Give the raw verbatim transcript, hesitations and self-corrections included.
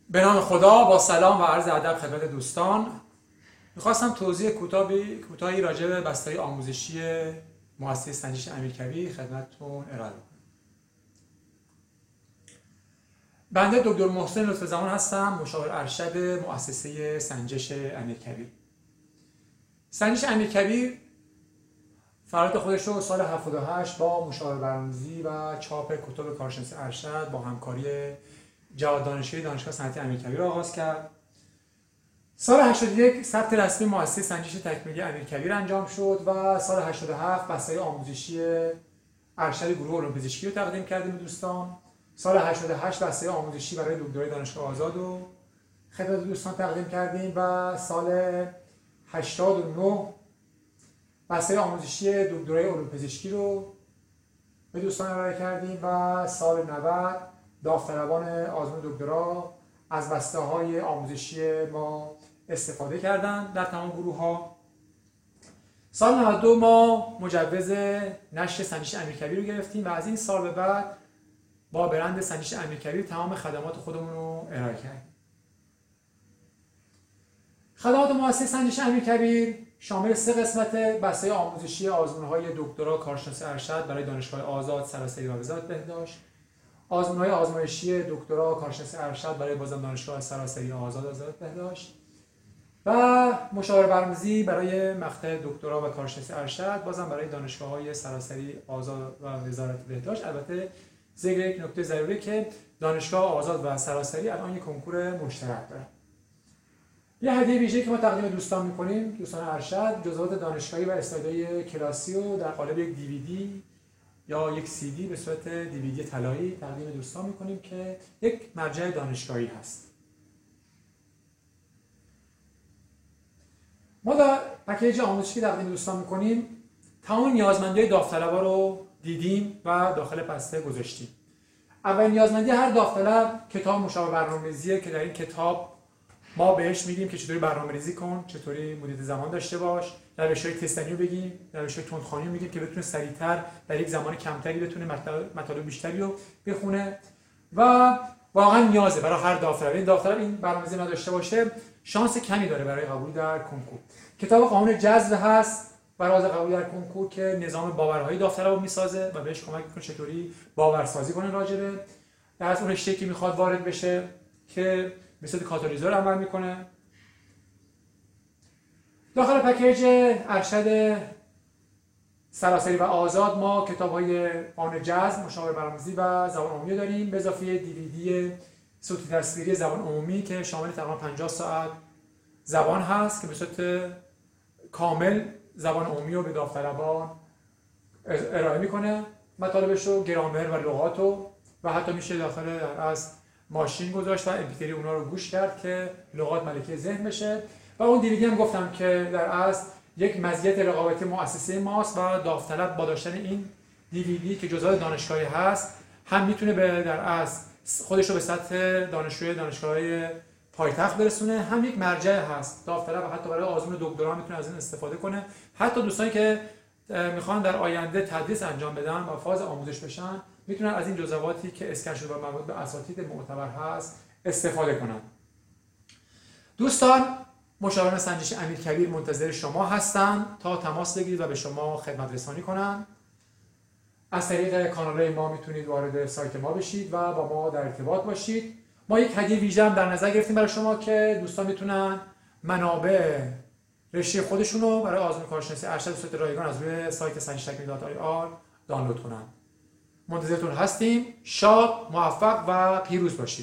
به نام خدا، با سلام و عرض ادب خدمت دوستان. میخواستم توضیح کوتاهی کوتاهی راجع به بسته‌های آموزشی مؤسسه سنجش امیرکبیر خدمتتون ارائه کنم. بنده دکتر محسن لطف زمان هستم، مشاور ارشد مؤسسه سنجش امیرکبیر. سنجش امیرکبیر فعالیت خودش رو سال هفتاد و هشت با مشاور برنامه‌ریزی و چاپ کتب کارشناسی ارشد با همکاری جواد دانشگاهی دانشگاه صنعتی امیرکبیر آغاز کرد. سال هشتاد و یک ثبت رسمی مؤسسه سنجش تکمیلی امیرکبیر انجام شد و سال هشتاد و هفت بسته‌های آموزشی ارشد گروه علوم پزشکی رو تقدیم کردیم به دوستان. سال هشتاد و هشت بسته‌های آموزشی برای دکترای دانشگاه آزاد رو خدمت دوستان تقدیم کردیم و سال هشتاد و نه بسته‌های آموزشی دکترای علوم پزشکی رو به دوستان ارائه کردیم و سال نود داوطلبان آزمون دکترا از بسته‌های آموزشی ما استفاده کردند در تمام گروه‌ها. سال نود و دو ما مجوز نشر سنجش امیرکبیر رو گرفتیم و از این سال به بعد با برند سنجش امیرکبیر تمام خدمات خودمون رو ارائه کردیم. خدمات مؤسسه سنجش امیرکبیر شامل سه قسمت: بسته آموزشی آزمون‌های دکترا کارشناسی ارشد برای دانشگاه آزاد، سراسری و وزارت بهداشت، آزمون‌های آزمایشی دکترا کارشناسی ارشد برای بازم دانشگاه سراسری آزاد و وزارت بهداشت و مشاور برنامه‌ریزی برای مقطع دکترا و کارشناسی ارشد بازم برای دانشگاه‌های سراسری آزاد و وزارت بهداشت. البته ذکر یک نکته ضروری که دانشگاه آزاد و سراسری الان یک کنکور مشترک دارن. یه هدیه ویژه‌ای که ما تقدیم دوستان می‌کنیم، دوستان ارشد، جزئیات دانشگاهی و اسلایدهای کلاسی رو در قالب یک دیویدی یا یک سی دی به صورت دیویدی طلایی تقدیم دوستان می‌کنیم که یک مرجع دانشگاهی هست. ما در پکیج آموزشی که تقدیم دوستان می‌کنیم تمام نیازمندی‌های داوطلبا رو دیدیم و داخل بسته گذاشتیم. اولین نیازمندی هر داوطلب کتاب مشاور برنامه‌ریزیه که در این کتاب ما بهش میگیم که چطوری برنامه‌ریزی کن، چطوری مدیریت زمان داشته باش، روش‌های تستنی رو بگیم، روش‌های تندخوانی رو میگیم که بتونه سریعتر در یک زمان کمتری بتونه مطالب بیشتری رو بخونه و واقعا نیازه برای هر داوطلب. این داوطلب این برنامه‌ریزی نداشته باشه شانس کمی داره برای قبول در کنکور. کتاب قانون جذب هست برای قبول در کنکور که نظام باورهای داوطلب رو میسازه و بهش کمک می‌کنه چطوری باورسازی کنه راجبه در از اون رشته‌ای که میخواد وارد بشه که مثل کاتالیزور عمل میکنه. داخل پکیج ارشد سراسری و آزاد ما کتاب‌های قانون جذب، مشاور برنامه‌ریزی و زبان عمومی داریم به اضافه دیویدی صوتی تصویری زبان عمومی که شامل تقریبا پنجاه ساعت زبان هست که به صورت کامل زبان عمومی رو به داوطلبان ارائه میکنه، مطالبش رو، گرامر و لغات رو و حتی میشه داخل از ماشین گذاشت و امپیتری اونا رو گوش کرد که لغات ملکه ذهن بشه. و اون دیویدی هم گفتم که در اصل یک مزیت رقابتی مؤسسه ماست و داوطلب با داشتن این دیویدی که جزء دانشگاهی هست هم میتونه به در اصل خودش رو به سطح دانشجوی دانشگاهی پایتخت برسونه، هم یک مرجع هست. داوطلب حتی برای آزمون دکترا میتونه از این استفاده کنه. حتی دوستانی که میخوان در آینده تدریس انجام بدن و فاز آموزش بشن میتونن از این جزواتی که اسکن شده و مربوط به اساتید معتبر هست استفاده کنن. دوستان، مشاوران سنجش امیرکبیر منتظر شما هستن تا تماس بگیرید و به شما خدمت رسانی کنن. از طریق کانال‌های ما میتونید وارد سایت ما بشید و با ما در ارتباط باشید. ما یک هدیه ویژه هم در نظر گرفتیم برای شما که دوستان میتونن منابع رشته خودشون رو برای آزمون کارشناسی ارشد به صورت رایگان از روی سایت سنجش تکمیلی دات آی آر دانلود کنن. منتظرتون هستیم. شاد، موفق و پیروز باشید.